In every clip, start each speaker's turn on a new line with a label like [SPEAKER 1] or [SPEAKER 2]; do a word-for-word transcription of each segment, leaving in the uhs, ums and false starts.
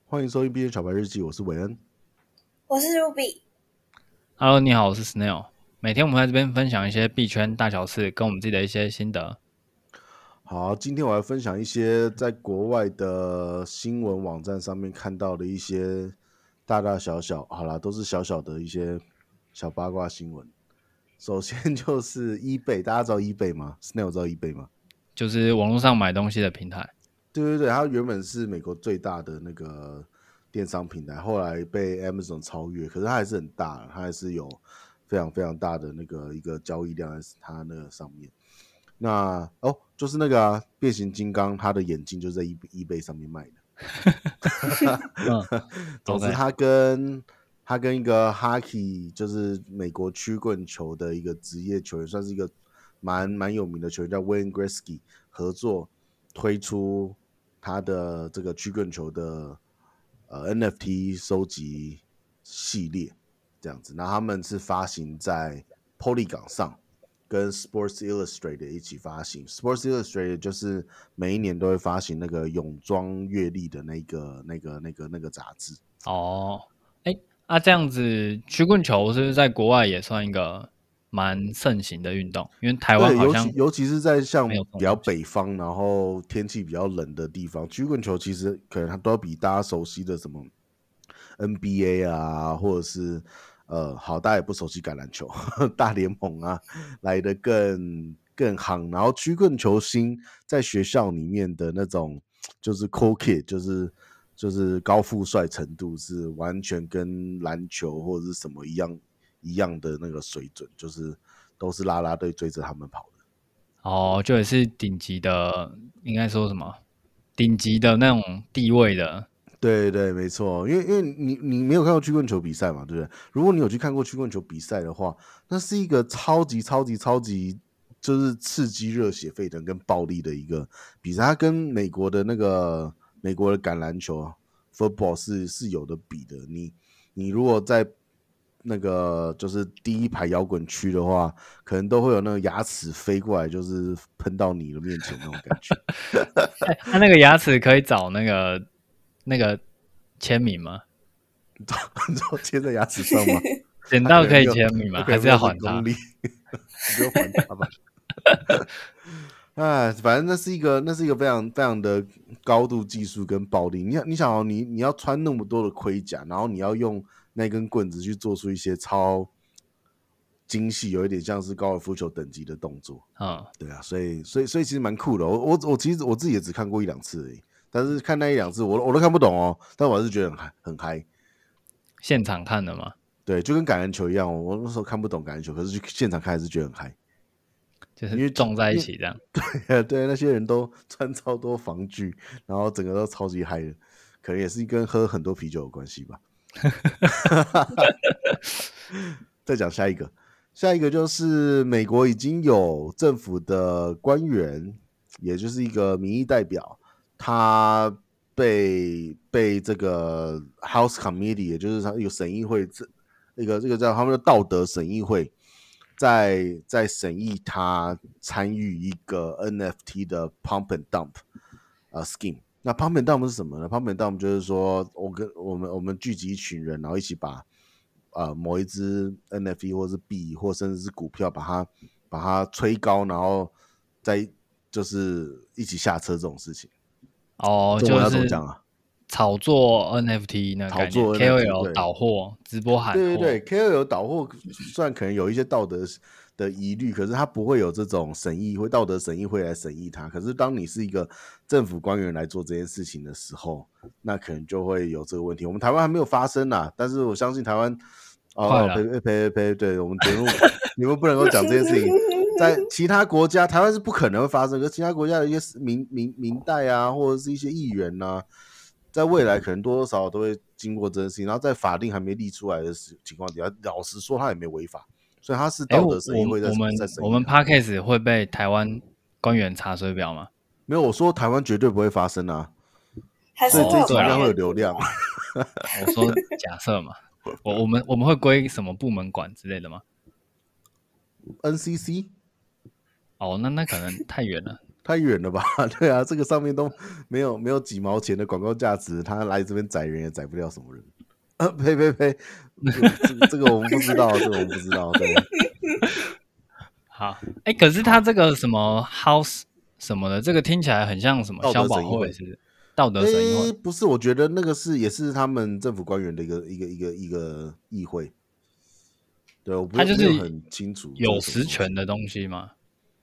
[SPEAKER 1] 欢迎收听《B N 小白日记》，我是韦恩，
[SPEAKER 2] 我是 Ruby。
[SPEAKER 3] Hello，你好，我是 Snail。每天我们在这边分享一些币圈大小事，跟我们自己的一些心得。
[SPEAKER 1] 好，今天我来分享一些在国外的新闻网站上面看到的一些大大小小，好啦，都是小小的一些小八卦新闻。首先就是 eBay， 大家知道 eBay 吗 ？Snail 知道 eBay 吗？
[SPEAKER 3] 就是网络上买东西的平台。
[SPEAKER 1] 对对对，它原本是美国最大的那个电商平台，后来被 Amazon 超越，可是它还是很大，它还是有非常非常大的那个一个交易量在它那个上面。那哦，就是那个、啊、变形金刚，它的眼镜就是在 eBay 上面卖的。
[SPEAKER 3] 嗯，
[SPEAKER 1] 总之，他跟他跟一个 hockey， 就是美国曲棍球的一个职业球员，算是一个蛮蛮有名的球员，叫 Wayne Gretzky 合作推出他的这个曲棍球的呃 N F T 收集系列，这样子。那他们是发行在 Polygon 上。跟 Sports Illustrated 一起发行 ，Sports Illustrated 就是每一年都会发行那个泳装阅历的那个、那个、那个、那个杂志。
[SPEAKER 3] 哦，哎，啊，这样子，曲棍球是不是在国外也算一个蛮盛行的运动？因为台湾好像
[SPEAKER 1] 尤其尤其是在像比较北方，然后天气比较冷的地方，曲棍球其实可能它都要比大家熟悉的什么 N B A 啊，或者是。呃，好，大家也不熟悉橄榄球，大联盟啊，来的更更夯。然后曲棍球星在学校里面的那种，就是 cool kid， 就是就是高富帅程度是完全跟篮球或者是什么一样一样的那个水准，就是都是啦啦队追着他们跑的。
[SPEAKER 3] 哦，就也是顶级的，应该说什么顶级的那种地位的。
[SPEAKER 1] 对对，没错，因为因为你你没有看过曲棍球比赛嘛，对不对？如果你有去看过曲棍球比赛的话，那是一个超级超级超级就是刺激、热血沸腾跟暴力的一个比赛。它跟美国的那个美国的橄榄球 football 是是有的比的。你你如果在那个就是第一排摇滚区的话，可能都会有那个牙齿飞过来，就是喷到你的面前那种感觉。
[SPEAKER 3] 他那个牙齿可以找那个。那个签名吗？
[SPEAKER 1] 你知道贴在牙齿上吗？
[SPEAKER 3] 捡到可以签名吗？还是要还他？
[SPEAKER 1] 你不用还他吧。哎，反正那是一个，那是一个非常非常的高度技术跟暴力。你你想哦，你你要穿那么多的盔甲，然后你要用那根棍子去做出一些超精细，有一点像是高尔夫球等级的动作。
[SPEAKER 3] 嗯，
[SPEAKER 1] 对啊，所以所以所以其实蛮酷的。我我我其实我自己也只看过一两次而已。但是看那一两次我，我都看不懂哦，但我还是觉得很嗨，很嗨。
[SPEAKER 3] 现场看的吗？
[SPEAKER 1] 对，就跟橄榄球一样，我那时候看不懂橄榄球，可是去现场看还是觉得很嗨，
[SPEAKER 3] 就是撞在一起这样。
[SPEAKER 1] 对对，那些人都穿超多防具，然后整个都超级嗨的，可能也是跟喝很多啤酒有关系吧。再讲下一个，下一个就是美国已经有政府的官员，也就是一个民意代表。他被被这个 House Committee， 也就是他有审议会，一个这个叫他们的道德审议会，在在审议他参与一个 N F T 的 Pump and Dump 呃 scheme。那 Pump and Dump 是什么呢 ？Pump and Dump 就是说我跟我们我们聚集一群人，然后一起把呃某一只 N F T 或是币或甚至是股票，把它把它吹高，然后再就是一起下车这种事情。
[SPEAKER 3] 哦，
[SPEAKER 1] 中文要怎么讲啊？
[SPEAKER 3] 炒作 N F T 那个概念 ，K O L 导货、直播喊货。
[SPEAKER 1] 对对对 ，K O L 导货虽然可能有一些道德的疑虑，可是他不会有这种审议会、道德审议会来审议他。可是当你是一个政府官员来做这件事情的时候，那可能就会有这个问题。我们台湾还没有发生啦，但是我相信台湾哦，呸呸呸呸，对我们节目你们不能够讲这件事情。在其他国家，台湾是不可能会发生，可是其他国家的一些民民民代啊，或者是一些议员啊，在未来可能多多少少都会经过这件事情，然后在法令还没立出来的情况底下，老实说他也没违法，所以他是道德审议会在、
[SPEAKER 3] 欸、我们
[SPEAKER 1] 在审议。
[SPEAKER 3] 我们 Podcast 会被台湾官员查水表吗？
[SPEAKER 1] 没有，我说台湾绝对不会发生啊，所以这一集应该会有流量。
[SPEAKER 3] 我说假设嘛，我我们我们会归什么部门管之类的吗
[SPEAKER 1] ？N C C。
[SPEAKER 3] 哦，那那可能太远了。
[SPEAKER 1] 太远了吧？对啊，这个上面都没有没有几毛钱的广告价值，他来这边宰人也宰不了什么人。啊，呸呸呸，这个这个我们不知道，这个我们不知道。对，
[SPEAKER 3] 好，哎，可是他这个什么 house 什么的，这个听起来很像什么消保会，是不是？道德审议会？
[SPEAKER 1] 不是，我觉得那个是也是他们政府官员的一个一个一个一个议会。对，我不
[SPEAKER 3] 他就是
[SPEAKER 1] 很清楚
[SPEAKER 3] 有实权的东西吗？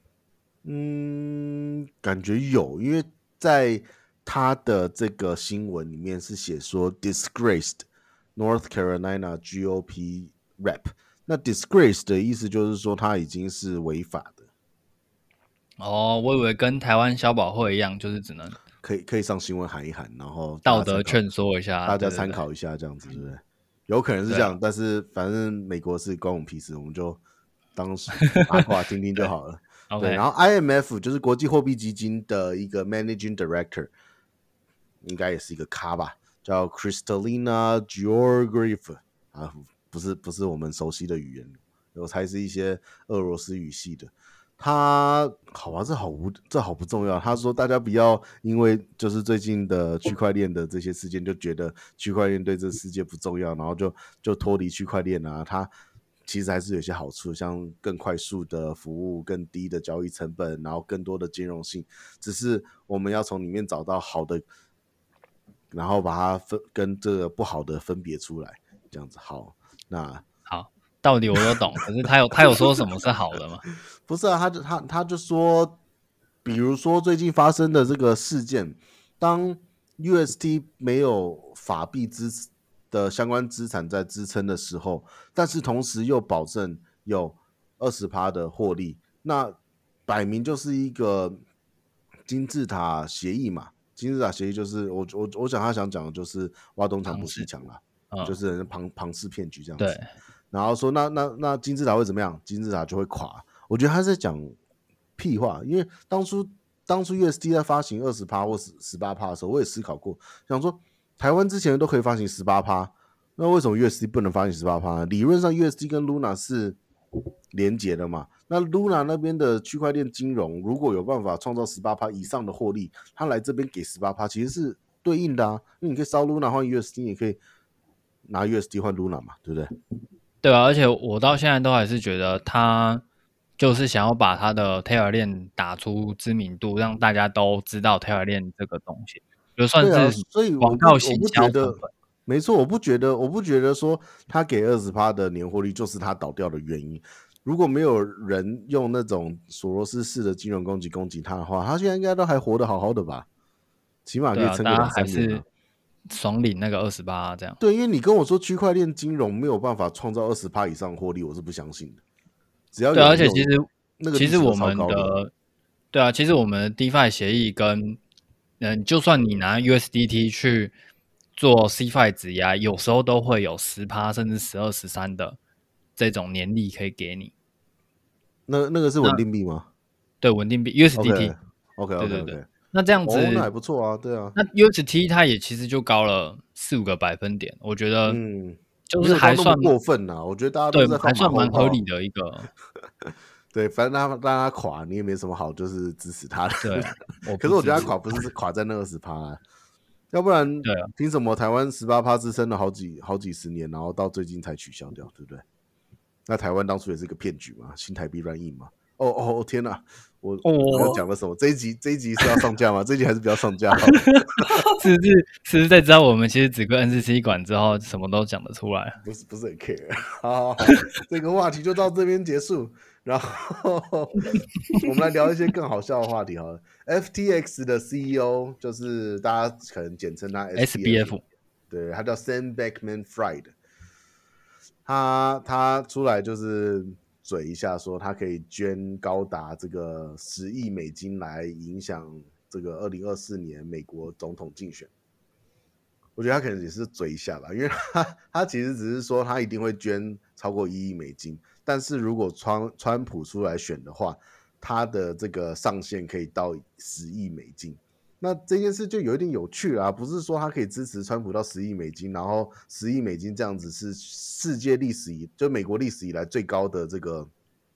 [SPEAKER 1] 嗯，感觉有，因为在他的这个新闻里面是写说 disgraced North Carolina G O P rep。那 disgrace 的意思就是说他已经是违法的。
[SPEAKER 3] 哦，我以为跟台湾消保会一样，就是只能
[SPEAKER 1] 可以可以上新闻喊一喊，然后
[SPEAKER 3] 道德劝说一下，
[SPEAKER 1] 大家参考一下，这样子，对不对？有可能是这样，但是反正美国是关我们屁事，我们就当八卦听听就好了。对，然后 I M F 就是国际货币基金的一个 Managing Director， 应该也是一个咖吧，叫 Kristalina Georgieva 啊，不是不是我们熟悉的语言，我猜是一些俄罗斯语系的。他好吧，这好无这好不重要。他说大家不要因为就是最近的区块链的这些事件，就觉得区块链对这世界不重要，然后就就脱离区块链啊。它其实还是有些好处，像更快速的服务、更低的交易成本，然后更多的兼容性。只是我们要从里面找到好的，然后把它分跟这个不好的分别出来，这样子。好，那
[SPEAKER 3] 好。道理我都懂，可是他有他有说什么是好的吗？
[SPEAKER 1] 不是啊，他就他他就说，比如说最近发生的这个事件，当 U S T 没有法币支的相关资产在支撑的时候，但是同时又保证有 百分之二十 的获利，那摆明就是一个金字塔协议嘛。金字塔协议就是我我我想他想讲的就是挖东墙补西墙啦，嗯、就是庞庞氏骗局这样子。
[SPEAKER 3] 对。
[SPEAKER 1] 然后说那那那金字塔会怎么样？金字塔就会垮。我觉得他在讲屁话，因为当初当初 U S D 在发行 百分之二十 或 十八 的时候，我也思考过，想说台湾之前都可以发行 百分之十八， 那为什么 U S D 不能发行 百分之十八 呢？理论上 U S D 跟 Luna 是连结的嘛，那 Luna 那边的区块链金融如果有办法创造 百分之十八 以上的获利，他来这边给 百分之十八 其实是对应的啊，因为你可以烧 Luna 换 U S D， 也可以拿 U S D 换 Luna 嘛，对不对？
[SPEAKER 3] 对啊，而且我到现在都还是觉得他就是想要把他的 Tether 链打出知名度，让大家都知道 Tether 链这个东西，就算是广告行销成本。
[SPEAKER 1] 没错，我不觉得，我不觉得说他给 百分之二十 的年获利就是他倒掉的原因。如果没有人用那种索罗斯式的金融攻击攻击他的话，他现在应该都还活得好好的吧？起码可以撑个两三年、啊。
[SPEAKER 3] 爽领那个 百分之二十 啊，这样。
[SPEAKER 1] 对，因为你跟我说区块链金融没有办法创造 百分之二十 以上获利，我是不相信的。只要有
[SPEAKER 3] 对，而且其实
[SPEAKER 1] 那个
[SPEAKER 3] 其实我们
[SPEAKER 1] 的
[SPEAKER 3] 的对啊，其实我们的 DeFi 协议跟嗯，就算你拿 U S D T 去做 C F I 质押，有时候都会有 百分之十 甚至十二、十三的这种年利可以给你。
[SPEAKER 1] 那那个是稳定币吗？
[SPEAKER 3] 对，稳定币 U S D T。
[SPEAKER 1] OK OK
[SPEAKER 3] 对对对。那这样子、
[SPEAKER 1] 哦、那还不错啊，对啊。
[SPEAKER 3] 那 U S D T 它也其实就高了四五个百分点，我觉得
[SPEAKER 1] 嗯，
[SPEAKER 3] 就是还算
[SPEAKER 1] 过分呐、啊。我觉得大家都在
[SPEAKER 3] 还算蛮合理的一个。
[SPEAKER 1] 对，反正他让他垮，你也没什么好，就是支持他的。
[SPEAKER 3] 对，
[SPEAKER 1] 可是我觉得他垮不是垮在那 百分之二十、啊，要不然凭什么台湾 百分之十八 支撑了好几好几十年，然后到最近才取消掉，对不对？那台湾当初也是个骗局嘛，新台币乱印嘛。哦哦天哪！我我讲了什么？这一集这一集是要上架吗？这一集还是不要上架好？
[SPEAKER 3] 是不是？是不是在知道我们其实只跟 N C C 管之后，什么都讲得出来？
[SPEAKER 1] 不是不是很 care。好，好，好，这个话题就到这边结束。然后我们来聊一些更好笑的话题好了。F T X 的 C E O 就是大家可能简称他 S B F， 对，他叫 Sam Bankman-Fried。他他出来就是嘴一下说他可以捐高达这个十亿美金来影响这个二零二四年美国总统竞选。我觉得他可能也是嘴一下吧，因为他他其实只是说他一定会捐超过一亿美金，但是如果川川普出来选的话，他的这个上限可以到十亿美金。那这件事就有一点有趣啊，不是说他可以支持川普到十亿美金，然后十亿美金这样子是世界历史以就美国历史以来最高的这个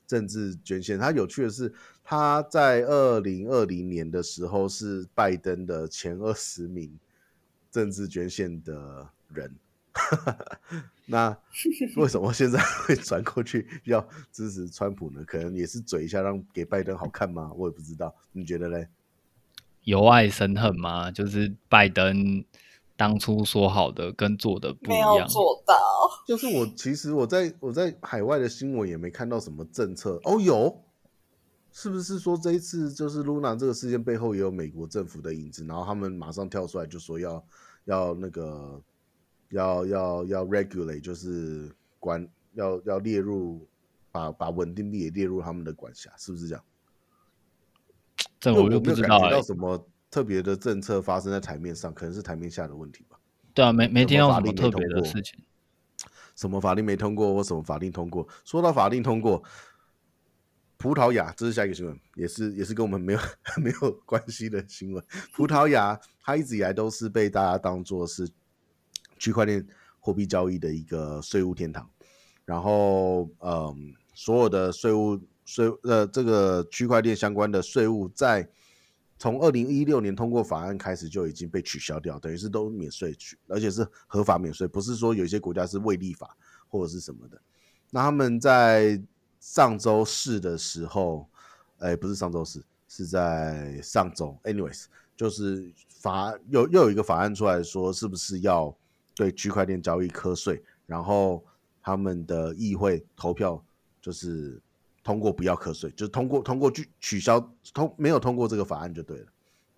[SPEAKER 1] 政治捐献。他有趣的是，他在二零二零年的时候是拜登的前二十名政治捐献的人。那为什么现在会转过去要支持川普呢？可能也是嘴一下让给拜登好看吗？我也不知道，你觉得嘞？
[SPEAKER 3] 由爱生恨吗？就是拜登当初说好的跟做的不一样，
[SPEAKER 2] 没有做到。
[SPEAKER 1] 就是我其实我在我在海外的新闻也没看到什么政策哦，有，是不是说这一次就是 Luna 这个事件背后也有美国政府的影子，然后他们马上跳出来就说要要那个要要要 regulate， 就是管要要列入把把稳定币也列入他们的管辖，是不是这样？
[SPEAKER 3] 这我就不知道、欸、
[SPEAKER 1] 没有感觉到什么特别的政策发生在台面上，可能是台面下的问题吧。
[SPEAKER 3] 对啊，没没听到什么特别的事情。
[SPEAKER 1] 什么法令没通过或什么法令通过？说到法令通过，葡萄牙，这是下一个新闻，也是也是跟我们没有没有关系的新闻。葡萄牙它一直以来都是被大家当作是区块链货币交易的一个税务天堂，然后嗯，所有的税务税呃这个区块链相关的税务在从二零一六年通过法案开始就已经被取消掉，等于是都免税，而且是合法免税，不是说有一些国家是未立法或者是什么的。那他们在上周四的时候，哎，不是上周四，是在上周 ，anyways， 就是法又又有一个法案出来说，是不是要对区块链交易课税，然后他们的议会投票就是通过不要课税，就是通过通过取消通没有通过这个法案就对了。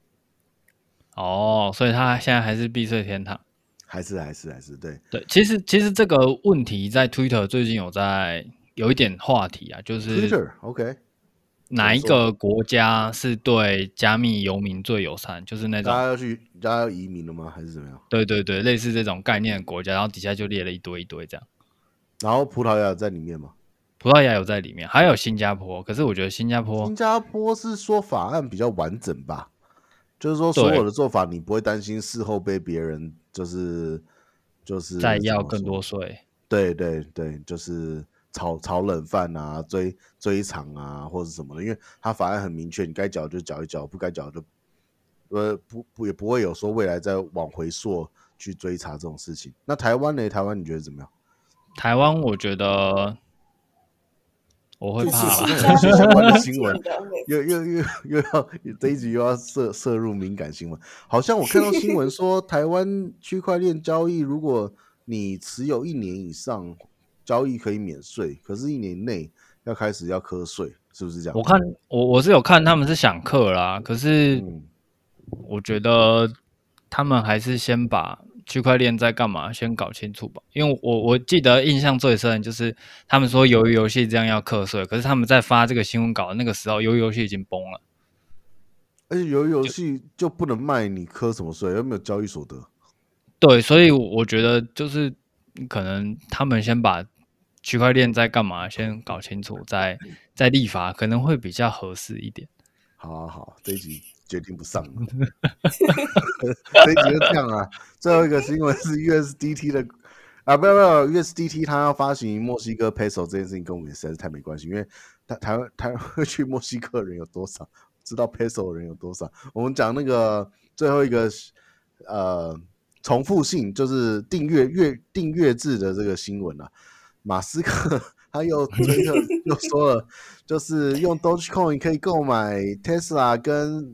[SPEAKER 3] 哦，所以他现在还是避税天堂，
[SPEAKER 1] 还是还是还是对
[SPEAKER 3] 对。其实其实这个问题在 Twitter 最近有在有一点话题啊，就是
[SPEAKER 1] Twitter OK
[SPEAKER 3] 哪一个国家是对加密游民最友善？就是那种
[SPEAKER 1] 大家要去大家要移民了吗？还是怎么样？
[SPEAKER 3] 对对对，类似这种概念的国家，然后底下就列了一堆一堆这样。
[SPEAKER 1] 然后葡萄牙在里面吗？
[SPEAKER 3] 葡萄牙有在里面，还有新加坡。可是我觉得新加坡，
[SPEAKER 1] 新加坡是说法案比较完整吧，就是说所有的做法你不会担心事后被别人就是就是
[SPEAKER 3] 再要更多税。
[SPEAKER 1] 对对对，就是炒炒冷饭啊、追追偿啊，或者什么的，因为他法案很明确，你该缴就缴一缴，不该缴就呃不不也不会有说未来再往回溯去追查这种事情。那台湾呢？台湾你觉得怎么样？
[SPEAKER 3] 台湾我觉得。我会怕啦，
[SPEAKER 1] 相关的新闻又又又又要这一集又要涉涉入敏感新闻。好像我看到新闻说，台湾区块链交易，如果你持有一年以上，交易可以免税，可是一年内要开始要课税，是不是这样？
[SPEAKER 3] 我看我我是有看他们是想课啦，可是我觉得他们还是先把区块链在干嘛先搞清楚吧，因为我我记得印象最深的就是他们说鱿鱼游戏这样要课税，可是他们在发这个新闻稿的那个时候，鱿鱼游戏已经崩了，
[SPEAKER 1] 而且鱿鱼游戏就不能卖，你课什么税？有没有交易所得？
[SPEAKER 3] 对，所以我觉得就是可能他们先把区块链在干嘛先搞清楚，再再立法可能会比较合适一点。
[SPEAKER 1] 好啊好，这一集决定不上了，这一集就这样啊。最后一个新闻是 U S D T 的啊，不要不要 ，U S D T 它要发行墨西哥 Peso 这件事情跟我们实在是太没关系，因为台台湾台湾会去墨西哥的人有多少，知道 Peso 的人有多少。我们讲那个最后一个呃重复性，就是订阅月订阅制的这个新闻啊，马斯克。他又推特又说了，就是用 Dogecoin 可以购买 Tesla 跟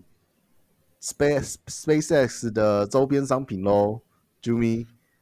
[SPEAKER 1] Space SpaceX 的周边商品咯 Jimmy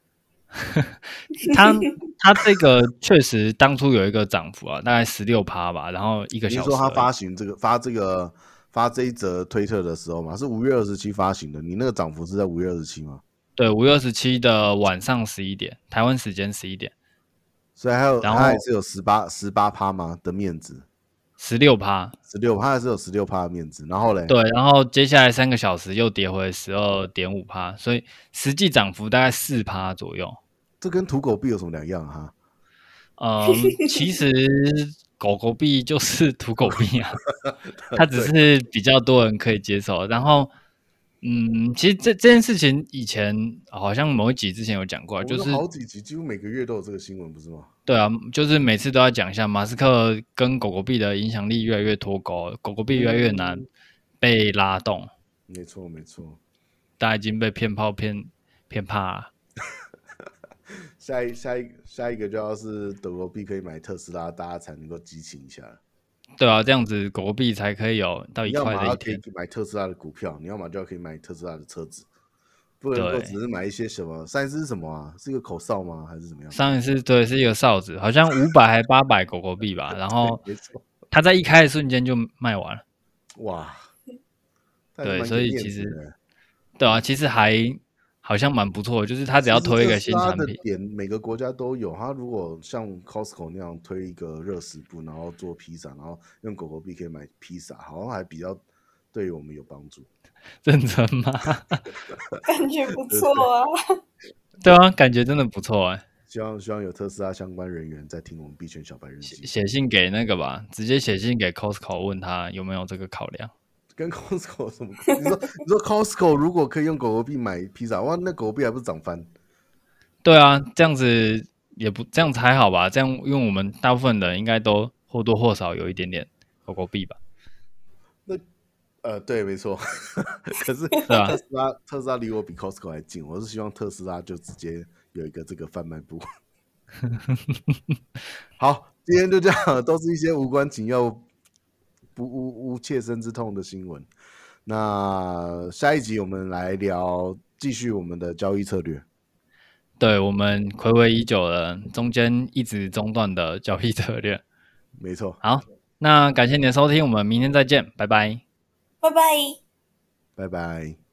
[SPEAKER 3] 他他这个确实当初有一个涨幅啊，大概 百分之十六 吧，然后一个小时。
[SPEAKER 1] 你说他发行这个发这个发这一则推特的时候嘛，是五月二十七发行的，你那个涨幅是在五月二十七吗？
[SPEAKER 3] 对，五月二十七的晚上十一点，台湾时间十一点。
[SPEAKER 1] 所以还有，他还是有十八十八趴吗的面子？
[SPEAKER 3] 十六趴，
[SPEAKER 1] 十六趴还是有十六趴的面子。然后嘞，
[SPEAKER 3] 对，然后接下来三个小时又跌回十二点五趴，所以实际涨幅大概四趴左右。
[SPEAKER 1] 这跟土狗币有什么两样哈？
[SPEAKER 3] 嗯，其实狗狗币就是土狗币啊，它只是比较多人可以接受。然后嗯，其实这这件事情以前好像某一集之前有讲过，
[SPEAKER 1] 我
[SPEAKER 3] 就是
[SPEAKER 1] 们好几集几乎每个月都有这个新闻，不是吗？
[SPEAKER 3] 对啊，就是每次都要讲一下马斯克跟狗狗币的影响力越来越脱钩，狗狗币越来越难被拉动。
[SPEAKER 1] 嗯、没错，没错，
[SPEAKER 3] 大家已经被骗炮骗骗怕了。
[SPEAKER 1] 下一下一下一个就要是狗狗币可以买特斯拉，大家才能够激情一下。
[SPEAKER 3] 对啊，这样子狗狗币才可以有到一块的一天。
[SPEAKER 1] 你要可以买特斯拉的股票，你要么就要可以买特斯拉的车子，不能够只是买一些什么。上一次是什么啊？是一个口哨吗？还是怎么样？
[SPEAKER 3] 上一次对是一个哨子，好像五百还八百狗狗币吧，然后它在一开的瞬间就卖完了。
[SPEAKER 1] 哇！
[SPEAKER 3] 对，所以其实对啊，其实还好像蛮不错的，就是他只要推一个新产品，
[SPEAKER 1] 点每个国家都有。他如果像 Costco 那样推一个热食部，然后做披萨，然后用狗狗币可以买披萨，好像还比较对我们有帮助。
[SPEAKER 3] 认真吗？
[SPEAKER 2] 感觉不错啊。
[SPEAKER 3] 对啊，感觉真的不错哎、欸。
[SPEAKER 1] 希望希望有特斯拉相关人员在听我们币圈小白日记，
[SPEAKER 3] 写信给那个吧，直接写信给 Costco 问他有没有这个考量。
[SPEAKER 1] 跟 Costco 什么？你说你说 Costco 如果可以用狗狗币买披萨，哇，那狗狗币还不是涨翻？
[SPEAKER 3] 对啊，这样子也不这样子还好吧？这样因为我们大部分人应该都或多或少有一点点狗狗币吧。
[SPEAKER 1] 那呃，对，没错。可是
[SPEAKER 3] 啊、
[SPEAKER 1] 特斯拉特斯拉离我比 Costco 还近，我是希望特斯拉就直接有一个这个贩卖部。好，今天就这样，都是一些无关紧要、不无无切身之痛的新闻。那下一集我们来聊，继续我们的交易策略。
[SPEAKER 3] 对，我们睽违已久了，中间一直中断的交易策略。
[SPEAKER 1] 没错。
[SPEAKER 3] 好，那感谢你的收听，我们明天再见，拜拜。
[SPEAKER 2] 拜拜。
[SPEAKER 1] 拜拜。